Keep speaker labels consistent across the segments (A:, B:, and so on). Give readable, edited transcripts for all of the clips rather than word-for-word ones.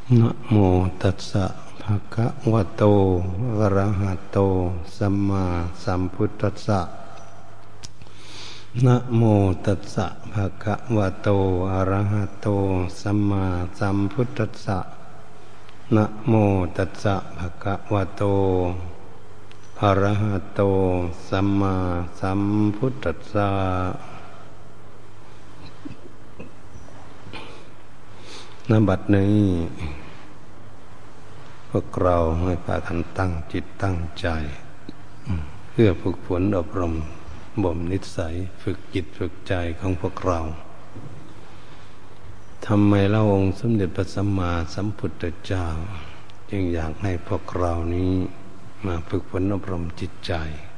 A: นะโมตัสสะภะคะวะโตอะระหะโตสัมมาสัมพุทธัสสะนะโมตัสสะภะคะวะโตอะระหะโตสัมมาสัมพุทธัสสะนะโมตัสสะภะคะวะโตอะระหะโตสัมมาสัมพุทธัสสะณ บัดนี้พวกเราให้พากันตั้งจิตตั้งใจเพื่อฝึกฝนอบรมบ่มนิสัยฝึกจิตฝึกใจของพวกเราทำไมเราองค์สมเด็จพระสัมมาสัมพุทธเจ้าจึงอยากให้พวกเรานี้มาฝึกฝนอบรมจิตใจ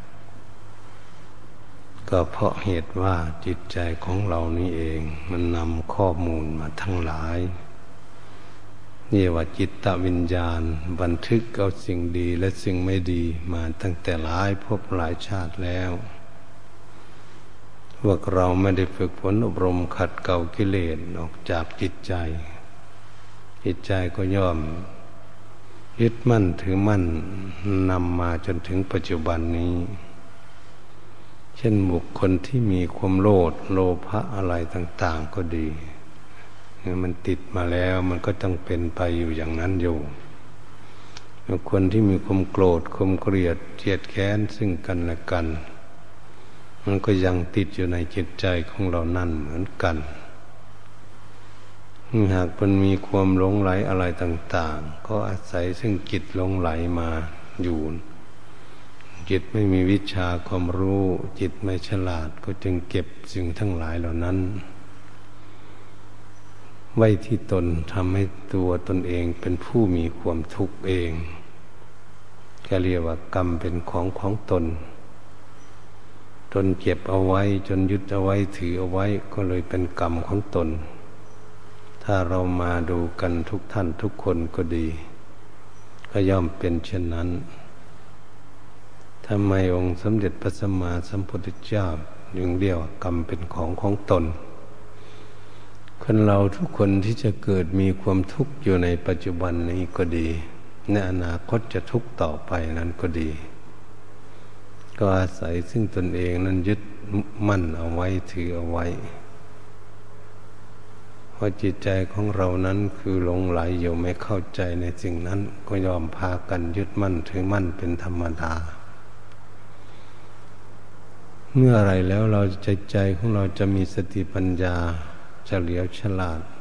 A: ก็เพราะเหตุว่าจิตใจของเรานี้เองมันนำข้อมูลมาทั้งหลายนี่ว่าจิตวิญญาณบันทึกเอาสิ่งดีและสิ่งไม่ดีมาตั้งแต่หลายภพหลายชาติแล้วพวกเราไม่ได้ฝึกฝนอบรมขัดเกลากิเลสออกจากจิตใจจิตใจก็ย่อมยึดมั่นถือมั่นนำมาจนถึงปัจจุบันนี้เช่นบุคคลที่มีความโลภะอะไรต่างๆก็ดีมันติดมาแล้วมันก็ต้องเป็นไปอยู่อย่างนั้นอยู่คนที่มีความโกรธความเกลียดเกลียดแค้นซึ่งกันและกันมันก็ยังติดอยู่ในจิตใจของเรานั่นเหมือนกันหากมันมีความหลงไหลอะไรต่างๆก็อาศัยซึ่งจิตหลงไหลมาอยู่จิตไม่มีวิชาความรู้จิตไม่ฉลาดก็จึงเก็บสิ่งทั้งหลายเหล่านั้นไว้ที่ตนทำให้ตัวตนเองเป็นผู้มีความทุกข์เองก็เรียกว่ากรรมเป็นของตนตนเก็บเอาไว้จนยึดเอาไว้ถือเอาไว้ก็เลยเป็นกรรมของตนถ้าเรามาดูกันทุกท่านทุกคนก็ดีก็ย่อมเป็นเช่นนั้นทำไมองค์สมเด็จพระสัมมาสัมพุทธเจ้าจึงเรียกว่ากรรมเป็นของตนคนเราทุกคนที่จะเกิดมีความทุกข์อยู่ในปัจจุบันนี้ก็ดีในอนาคตจะทุกข์ต่อไปนั้นก็ดีก็อาศัยซึ่งตนเองนั้นยึดมั่นเอาไว้ถือเอาไว้เพราะจิตใจของเรานั้นคือหลงไหลอยู่ไม่เข้าใจในสิ่งนั้นก็ยอมพากันยึดมั่นถือมั่นเป็นธรรมดาเมื่อไรแล้วเราใจของเราจะมีสติปัญญาเฉลียวฉลาด